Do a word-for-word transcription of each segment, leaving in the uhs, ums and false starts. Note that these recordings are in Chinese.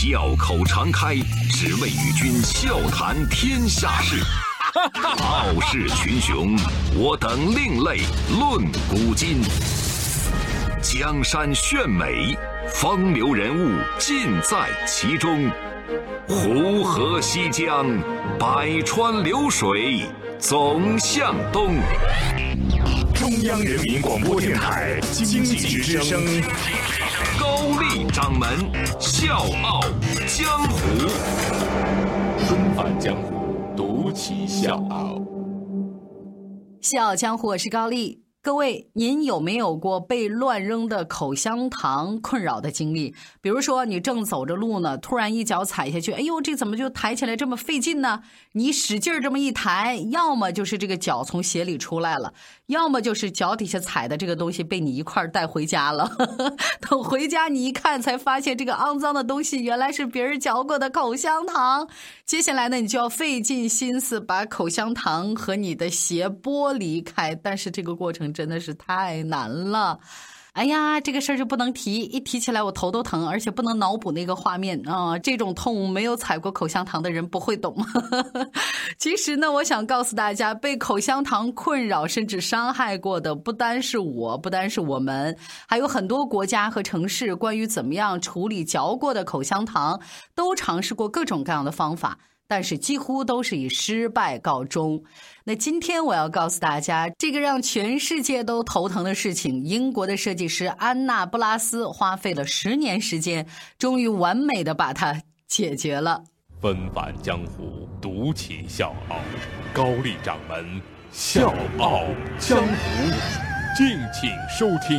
笑口常开，只为与君笑谈天下事。傲视群雄，我等另类论古今。江山炫美，风流人物尽在其中。湖河西江，百川流水总向东。 中央人民广播电台经济之声， 高丽掌门笑傲江湖， 重返江湖，独骑笑傲。 笑傲江湖，我是高丽。各位，您有没有过被乱扔的口香糖困扰的经历？比如说你正走着路呢，突然一脚踩下去，哎呦，这怎么就抬起来这么费劲呢？你使劲这么一抬，要么就是这个脚从鞋里出来了，要么就是脚底下踩的这个东西被你一块带回家了。等回家你一看，才发现这个肮脏的东西原来是别人嚼过的口香糖。接下来呢，你就要费尽心思把口香糖和你的鞋剥离开，但是这个过程真的是太难了。哎呀，这个事儿就不能提，一提起来我头都疼，而且不能脑补那个画面啊、呃！这种痛没有踩过口香糖的人不会懂。其实呢，我想告诉大家，被口香糖困扰甚至伤害过的不单是我，不单是我们，还有很多国家和城市关于怎么样处理嚼过的口香糖，都尝试过各种各样的方法，但是几乎都是以失败告终。那今天我要告诉大家，这个让全世界都头疼的事情，英国的设计师安娜·布拉斯花费了十年时间，终于完美的把它解决了。 纷繁江湖，独骑笑傲，高丽掌门笑傲江湖，敬请收听。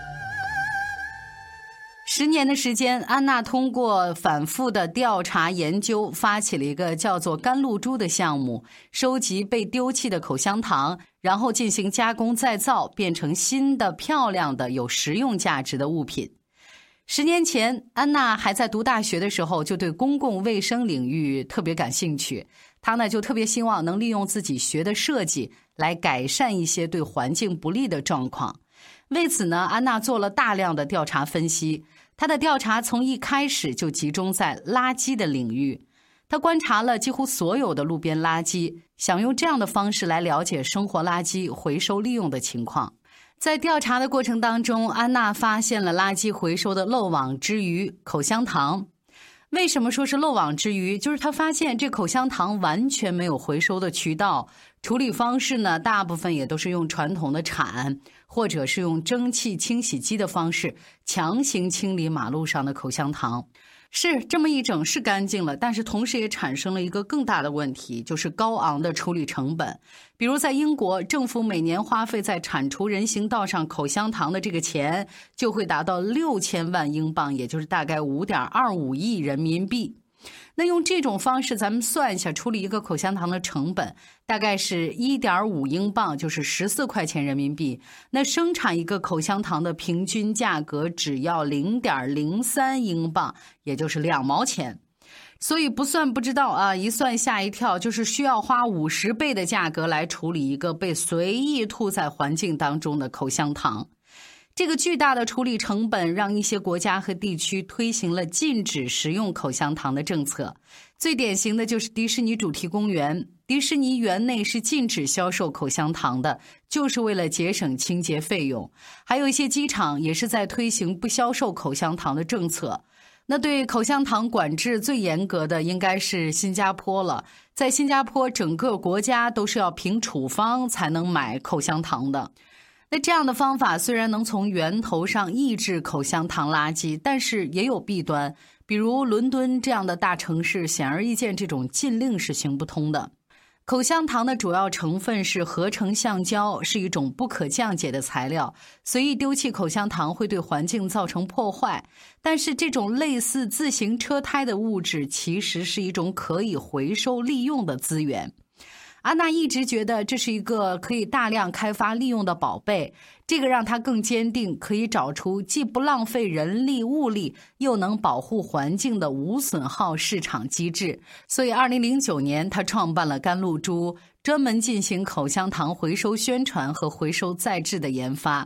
十年的时间，安娜通过反复的调查研究，发起了一个叫做甘露珠的项目，收集被丢弃的口香糖，然后进行加工再造，变成新的漂亮的有实用价值的物品。十年前，安娜还在读大学的时候，就对公共卫生领域特别感兴趣。她呢，就特别希望能利用自己学的设计来改善一些对环境不利的状况。为此呢，安娜做了大量的调查分析。她的调查从一开始就集中在垃圾的领域。她观察了几乎所有的路边垃圾，想用这样的方式来了解生活垃圾回收利用的情况。在调查的过程当中，安娜发现了垃圾回收的漏网之鱼——口香糖。为什么说是漏网之鱼？就是她发现这口香糖完全没有回收的渠道，处理方式呢，大部分也都是用传统的铲，或者是用蒸汽清洗机的方式强行清理马路上的口香糖。是这么一整是干净了，但是同时也产生了一个更大的问题，就是高昂的处理成本。比如在英国，政府每年花费在铲除人行道上口香糖的这个钱就会达到六千万英镑，也就是大概五点二五亿人民币。那用这种方式咱们算一下，处理一个口香糖的成本大概是 一点五英镑，就是十四块钱人民币。那生产一个口香糖的平均价格只要 零点零三英镑，也就是两毛钱。所以不算不知道啊，一算吓一跳，就是需要花五十倍的价格来处理一个被随意吐在环境当中的口香糖。这个巨大的处理成本让一些国家和地区推行了禁止食用口香糖的政策。最典型的就是迪士尼主题公园，迪士尼园内是禁止销售口香糖的，就是为了节省清洁费用。还有一些机场也是在推行不销售口香糖的政策。那对口香糖管制最严格的应该是新加坡了。在新加坡，整个国家都是要凭处方才能买口香糖的。那这样的方法虽然能从源头上抑制口香糖垃圾，但是也有弊端。比如伦敦这样的大城市，显而易见这种禁令是行不通的。口香糖的主要成分是合成橡胶，是一种不可降解的材料，随意丢弃口香糖会对环境造成破坏。但是这种类似自行车胎的物质其实是一种可以回收利用的资源。安娜一直觉得这是一个可以大量开发利用的宝贝，这个让她更坚定可以找出既不浪费人力物力又能保护环境的无损耗市场机制。所以二零零九年她创办了甘露珠，专门进行口香糖回收宣传和回收再制的研发。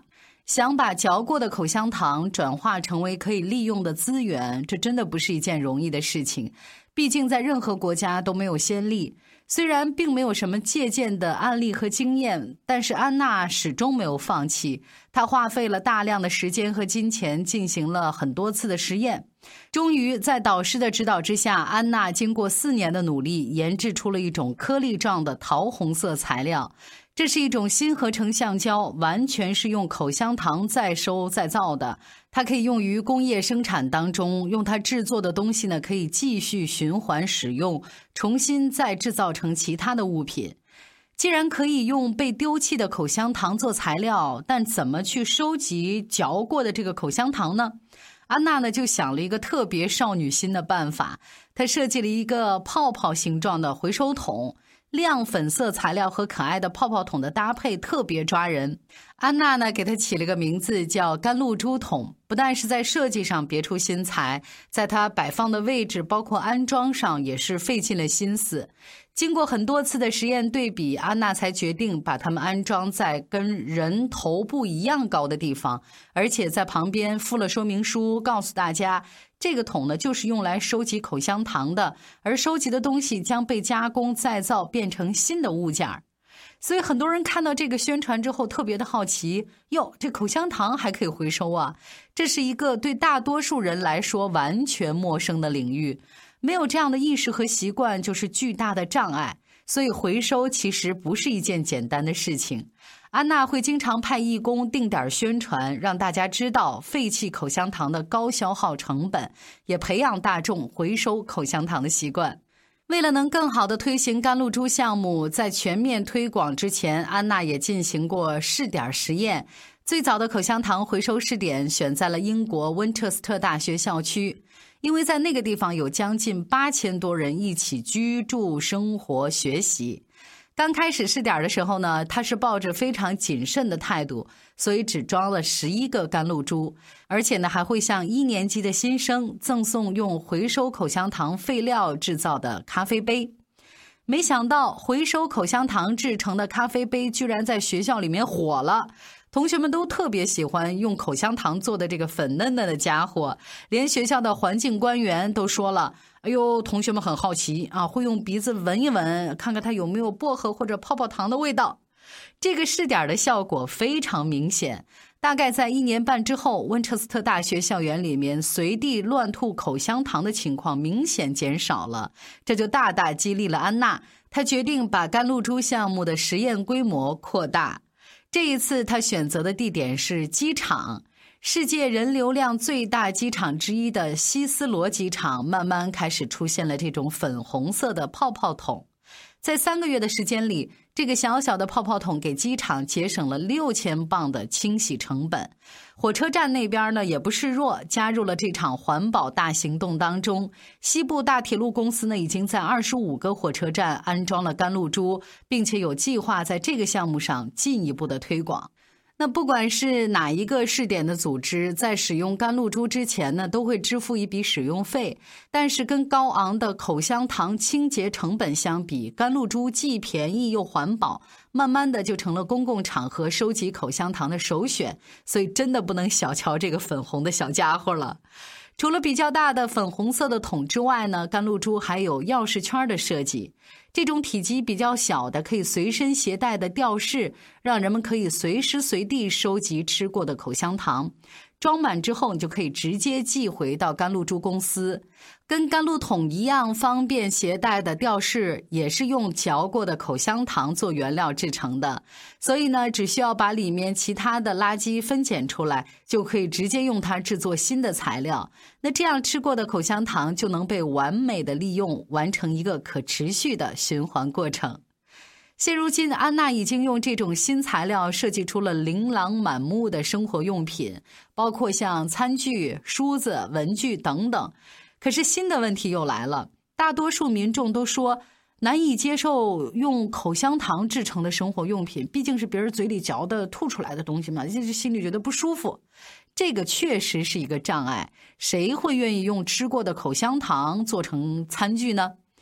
想把嚼过的口香糖转化成为可以利用的资源，这真的不是一件容易的事情。毕竟在任何国家都没有先例，虽然并没有什么借鉴的案例和经验，但是安娜始终没有放弃。她花费了大量的时间和金钱，进行了很多次的实验。终于在导师的指导之下，安娜经过四年的努力，研制出了一种颗粒状的桃红色材料。这是一种新合成橡胶，完全是用口香糖再收再造的。它可以用于工业生产当中，用它制作的东西呢，可以继续循环使用，重新再制造成其他的物品。既然可以用被丢弃的口香糖做材料，但怎么去收集嚼过的这个口香糖呢？安娜呢就想了一个特别少女心的办法，她设计了一个泡泡形状的回收桶。亮粉色材料和可爱的泡泡桶的搭配特别抓人。安娜呢给它起了个名字叫甘露珠桶，不但是在设计上别出心裁，在它摆放的位置包括安装上也是费尽了心思。经过很多次的实验对比，安娜才决定把它们安装在跟人头部一样高的地方，而且在旁边附了说明书，告诉大家这个桶呢就是用来收集口香糖的，而收集的东西将被加工再造变成新的物件。所以很多人看到这个宣传之后特别的好奇，哟，这口香糖还可以回收啊！这是一个对大多数人来说完全陌生的领域，没有这样的意识和习惯就是巨大的障碍，所以回收其实不是一件简单的事情。安娜会经常派义工定点宣传，让大家知道废弃口香糖的高消耗成本，也培养大众回收口香糖的习惯。为了能更好地推行甘露珠项目，在全面推广之前，安娜也进行过试点实验。最早的口香糖回收试点选在了英国温彻斯特大学校区，因为在那个地方有将近八千多人一起居住、生活、学习。刚开始试点的时候呢，他是抱着非常谨慎的态度，所以只装了十一个甘露珠，而且呢还会向一年级的新生赠送用回收口香糖废料制造的咖啡杯。没想到回收口香糖制成的咖啡杯居然在学校里面火了，同学们都特别喜欢用口香糖做的这个粉嫩嫩的家伙，连学校的环境官员都说了，哎呦，同学们很好奇啊，会用鼻子闻一闻，看看它有没有薄荷或者泡泡糖的味道。这个试点的效果非常明显，大概在一年半之后，温彻斯特大学校园里面随地乱吐口香糖的情况明显减少了，这就大大激励了安娜，她决定把甘露珠项目的实验规模扩大。这一次她选择的地点是机场，世界人流量最大机场之一的希斯罗机场慢慢开始出现了这种粉红色的泡泡桶。在三个月的时间里，这个小小的泡泡桶给机场节省了六千磅的清洗成本。火车站那边呢也不示弱，加入了这场环保大行动当中。西部大铁路公司呢已经在二十五个火车站安装了甘露珠，并且有计划在这个项目上进一步的推广。那不管是哪一个试点的组织，在使用甘露珠之前呢，都会支付一笔使用费。但是跟高昂的口香糖清洁成本相比，甘露珠既便宜又环保，慢慢的就成了公共场合收集口香糖的首选。所以真的不能小瞧这个粉红的小家伙了。除了比较大的粉红色的桶之外呢，甘露珠还有钥匙圈的设计。这种体积比较小的可以随身携带的吊饰，让人们可以随时随地收集吃过的口香糖。装满之后，你就可以直接寄回到甘露珠公司。跟甘露桶一样方便携带的吊饰，也是用嚼过的口香糖做原料制成的。所以呢，只需要把里面其他的垃圾分拣出来，就可以直接用它制作新的材料。那这样吃过的口香糖就能被完美的利用，完成一个可持续的循环过程。现如今，安娜已经用这种新材料设计出了琳琅满目的生活用品，包括像餐具、梳子、文具等等。可是新的问题又来了，大多数民众都说难以接受用口香糖制成的生活用品，毕竟是别人嘴里嚼的吐出来的东西嘛，就是心里觉得不舒服。这个确实是一个障碍，谁会愿意用吃过的口香糖做成餐具呢？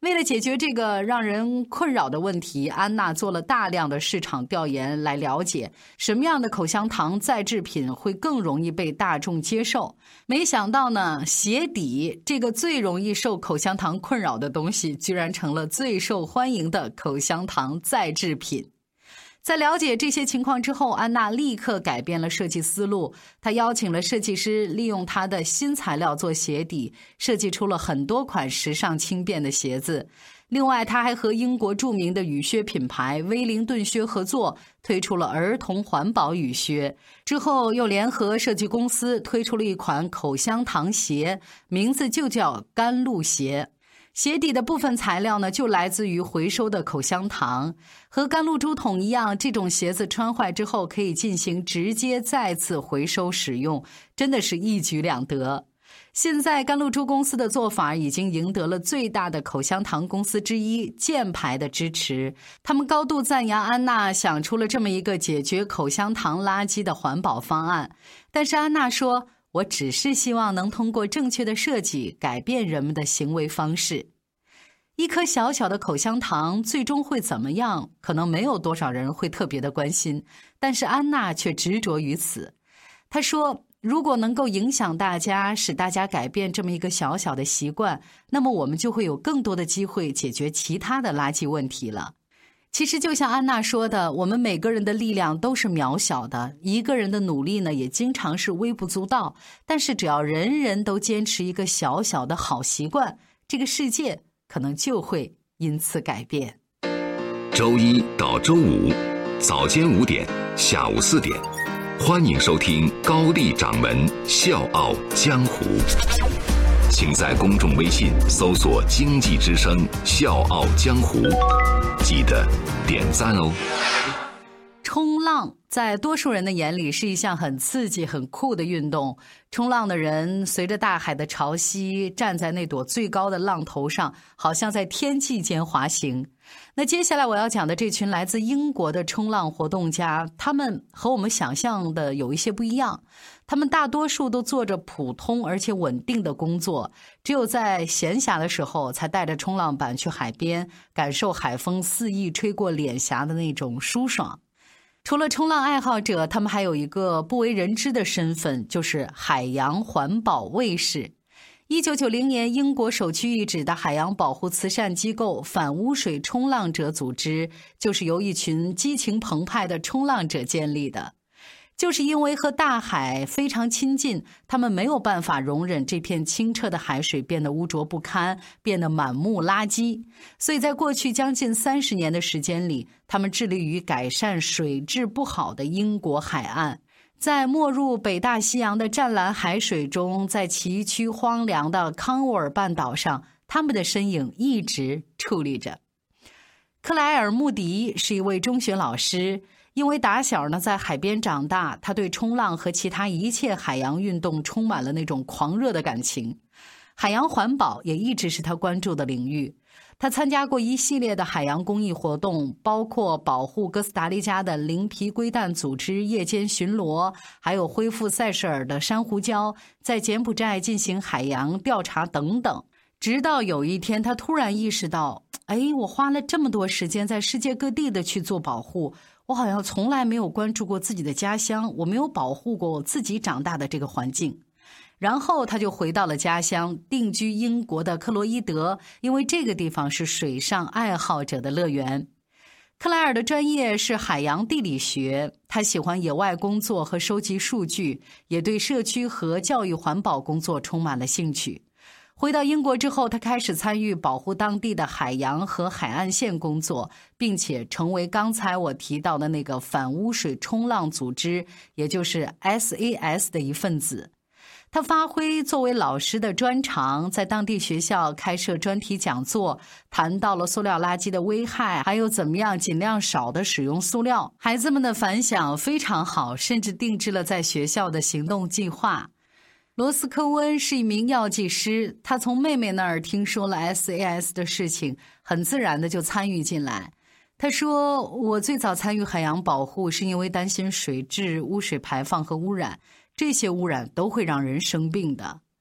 为了解决这个让人困扰的问题，安娜做了大量的市场调研来了解什么样的口香糖再制品会更容易被大众接受。没想到呢，鞋底这个最容易受口香糖困扰的东西，居然成了最受欢迎的口香糖再制品。在了解这些情况之后，安娜立刻改变了设计思路。她邀请了设计师利用她的新材料做鞋底，设计出了很多款时尚轻便的鞋子。另外，她还和英国著名的雨靴品牌威灵顿靴合作，推出了儿童环保雨靴。之后又联合设计公司推出了一款口香糖鞋，名字就叫甘露鞋。鞋底的部分材料呢，就来自于回收的口香糖。和甘露珠桶一样，这种鞋子穿坏之后可以进行直接再次回收使用，真的是一举两得。现在甘露珠公司的做法已经赢得了最大的口香糖公司之一箭牌的支持，他们高度赞扬安娜想出了这么一个解决口香糖垃圾的环保方案。但是安娜说，我只是希望能通过正确的设计改变人们的行为方式。一颗小小的口香糖最终会怎么样，可能没有多少人会特别的关心，但是安娜却执着于此。她说，如果能够影响大家，使大家改变这么一个小小的习惯，那么我们就会有更多的机会解决其他的垃圾问题了。其实就像安娜说的，我们每个人的力量都是渺小的，一个人的努力呢也经常是微不足道，但是只要人人都坚持一个小小的好习惯，这个世界可能就会因此改变。 周一到周五早间五点，下午四点，欢迎收听高丽掌门笑傲江湖。请在公众微信搜索经济之声笑傲江湖，记得点赞哦。 冲浪在多数人的眼里是一项很刺激很酷的运动，冲浪的人随着大海的潮汐站在那朵最高的浪头上，好像在天际间滑行。那接下来我要讲的这群来自英国的冲浪活动家，他们和我们想象的有一些不一样，他们大多数都做着普通而且稳定的工作，只有在闲暇的时候才带着冲浪板去海边，感受海风肆意吹过脸颊的那种舒爽。除了冲浪爱好者，他们还有一个不为人知的身份，就是海洋环保卫士。一九九零年，英国首屈一指的海洋保护慈善机构反污水冲浪者组织，就是由一群激情澎湃的冲浪者建立的。就是因为和大海非常亲近，他们没有办法容忍这片清澈的海水变得污浊不堪，变得满目垃圾。所以在过去将近三十年的时间里，他们致力于改善水质不好的英国海岸。在没入北大西洋的湛蓝海水中，在崎岖荒凉的康沃尔半岛上，他们的身影一直矗立着。克莱尔·穆迪是一位中学老师，因为打小呢在海边长大，他对冲浪和其他一切海洋运动充满了那种狂热的感情。海洋环保也一直是他关注的领域。他参加过一系列的海洋公益活动，包括保护哥斯达黎加的鳞皮龟蛋组织夜间巡逻，还有恢复塞舌尔的珊瑚礁，在柬埔寨进行海洋调查等等。直到有一天，他突然意识到，哎，我花了这么多时间在世界各地的去做保护，我好像从来没有关注过自己的家乡，我没有保护过我自己长大的这个环境。然后他就回到了家乡，定居英国的克洛伊德，因为这个地方是水上爱好者的乐园。克莱尔的专业是海洋地理学，他喜欢野外工作和收集数据，也对社区和教育环保工作充满了兴趣。回到英国之后，他开始参与保护当地的海洋和海岸线工作，并且成为刚才我提到的那个反污水冲浪组织，也就是 S A S 的一份子。他发挥作为老师的专长，在当地学校开设专题讲座，谈到了塑料垃圾的危害，还有怎么样尽量少的使用塑料。孩子们的反响非常好，甚至定制了在学校的行动计划。罗斯科温是一名药剂师，他从妹妹那儿听说了 S A S 的事情，很自然的就参与进来。他说，我最早参与海洋保护是因为担心水质、污水排放和污染，这些污染都会让人生病的。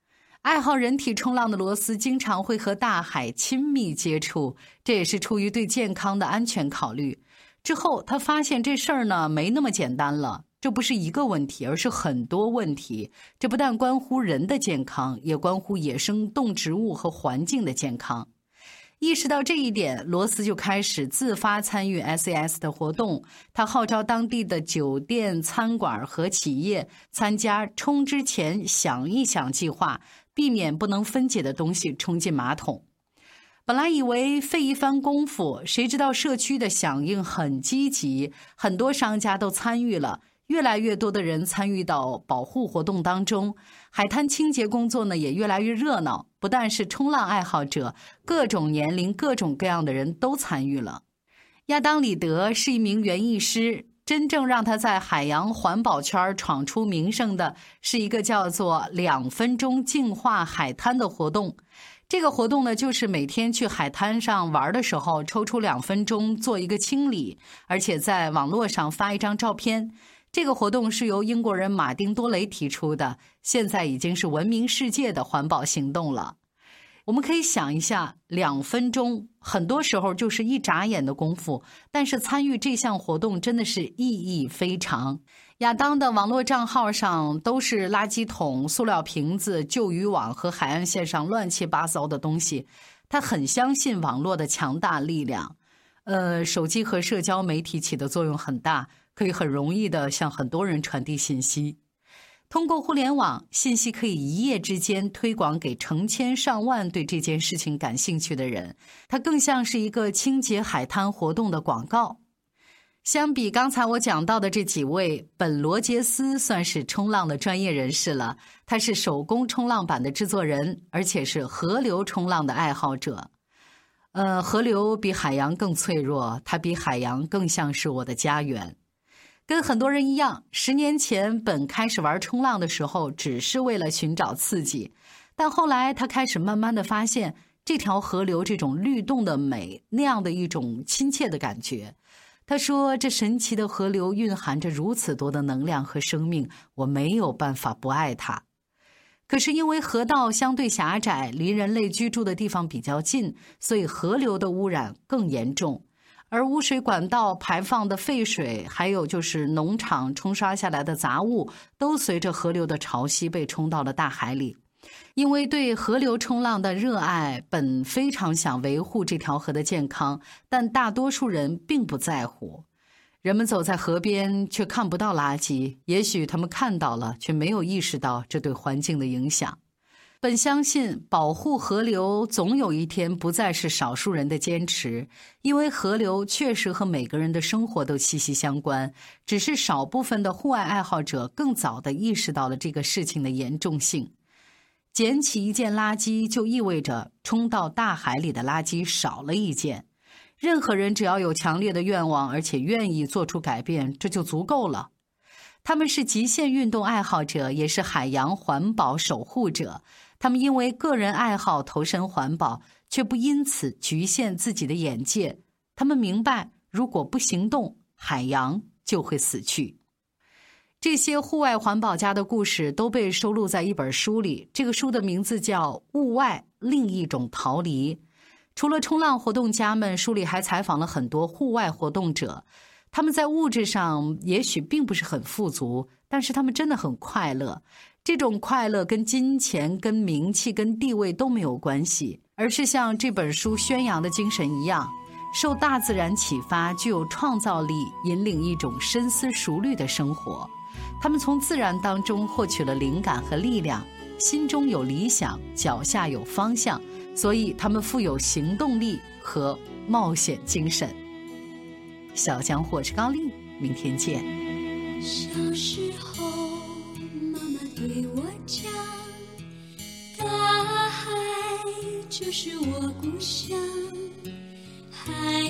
爱好人体冲浪的罗斯经常会和大海亲密接触，这也是出于对健康的安全考虑。之后他发现这事儿呢没那么简单了，这不是一个问题，而是很多问题。这不但关乎人的健康，也关乎野生动植物和环境的健康。意识到这一点，罗斯就开始自发参与 S A S 的活动。他号召当地的酒店、餐馆和企业参加冲之前想一想计划，避免不能分解的东西冲进马桶。本来以为费一番功夫，谁知道社区的响应很积极，很多商家都参与了，越来越多的人参与到保护活动当中。海滩清洁工作呢也越来越热闹，不但是冲浪爱好者，各种年龄各种各样的人都参与了。亚当·里德是一名园艺师，真正让他在海洋环保圈闯出名声的是一个叫做两分钟净化海滩的活动。这个活动呢，就是每天去海滩上玩的时候抽出两分钟做一个清理，而且在网络上发一张照片。这个活动是由英国人马丁·多雷提出的，现在已经是闻名世界的环保行动了。我们可以想一下，两分钟很多时候就是一眨眼的功夫，但是参与这项活动真的是意义非常。亚当的网络账号上都是垃圾桶、塑料瓶子、旧渔网和海岸线上乱七八糟的东西。他很相信网络的强大力量，呃，手机和社交媒体起的作用很大，可以很容易地向很多人传递信息。通过互联网，信息可以一夜之间推广给成千上万对这件事情感兴趣的人，它更像是一个清洁海滩活动的广告。相比刚才我讲到的这几位，本·罗杰斯算是冲浪的专业人士了。他是手工冲浪板的制作人，而且是河流冲浪的爱好者。呃，河流比海洋更脆弱，它比海洋更像是我的家园。跟很多人一样，十年前本开始玩冲浪的时候只是为了寻找刺激，但后来他开始慢慢的发现这条河流这种律动的美，那样的一种亲切的感觉。他说，这神奇的河流蕴含着如此多的能量和生命，我没有办法不爱它。可是因为河道相对狭窄，离人类居住的地方比较近，所以河流的污染更严重。而污水管道排放的废水，还有就是农场冲刷下来的杂物，都随着河流的潮汐被冲到了大海里。因为对河流冲浪的热爱，本非常想维护这条河的健康，但大多数人并不在乎。人们走在河边却看不到垃圾，也许他们看到了，却没有意识到这对环境的影响。本相信保护河流总有一天不再是少数人的坚持，因为河流确实和每个人的生活都息息相关，只是少部分的户外爱好者更早地意识到了这个事情的严重性。捡起一件垃圾就意味着冲到大海里的垃圾少了一件。任何人只要有强烈的愿望，而且愿意做出改变，这就足够了。他们是极限运动爱好者，也是海洋环保守护者。他们因为个人爱好投身环保，却不因此局限自己的眼界。他们明白，如果不行动，海洋就会死去。这些户外环保家的故事都被收录在一本书里，这个书的名字叫《物外：另一种逃离》。除了冲浪活动家们，书里还采访了很多户外活动者。他们在物质上也许并不是很富足，但是他们真的很快乐。这种快乐跟金钱、跟名气、跟地位都没有关系，而是像这本书宣扬的精神一样，受大自然启发，具有创造力，引领一种深思熟虑的生活。他们从自然当中获取了灵感和力量，心中有理想，脚下有方向，所以他们富有行动力和冒险精神。小江或是高丽，明天见。 小时候妈妈对我讲，大海就是我故乡，海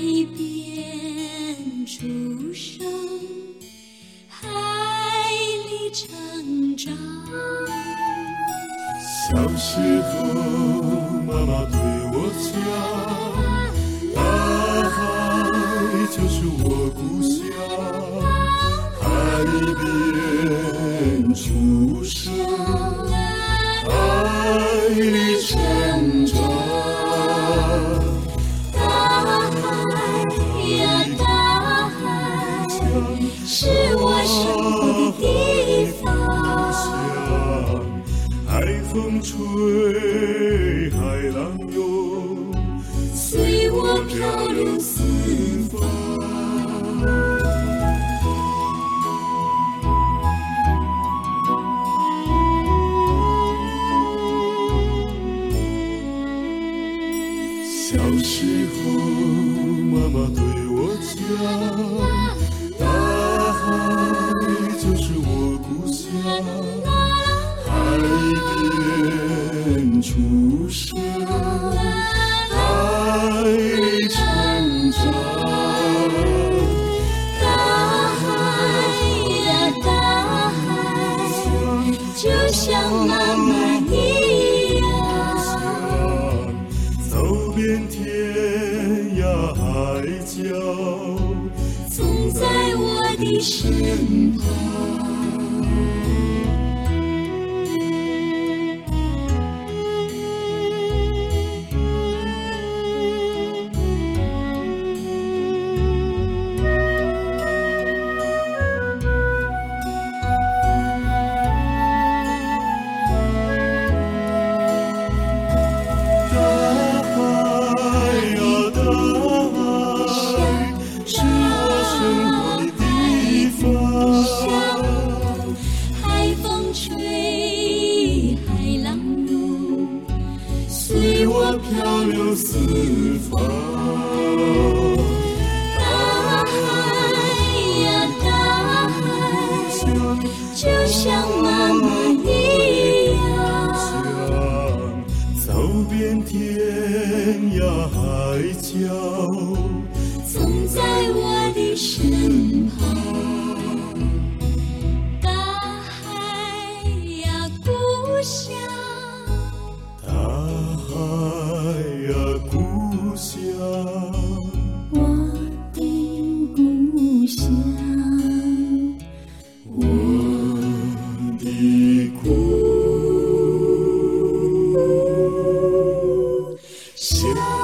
边出生，海里成长。 小时候妈妈对我讲，大海就是我故乡，海边出生，海里成长。 大海呀大海，是我生活的地方。 海风吹，海浪涌， 随我漂流四方。 小时候，妈妈对我讲，大海就是我故乡。海边出生，海里成长。 大海呀大海，就像妈妈一样， 走遍天涯海角， 总在我的身旁。 漂流四方。 大海呀大海，就像妈妈一样， 走遍天涯海角， 总在我的身旁。大海呀故乡， 故乡， 我的故乡， 我的故乡。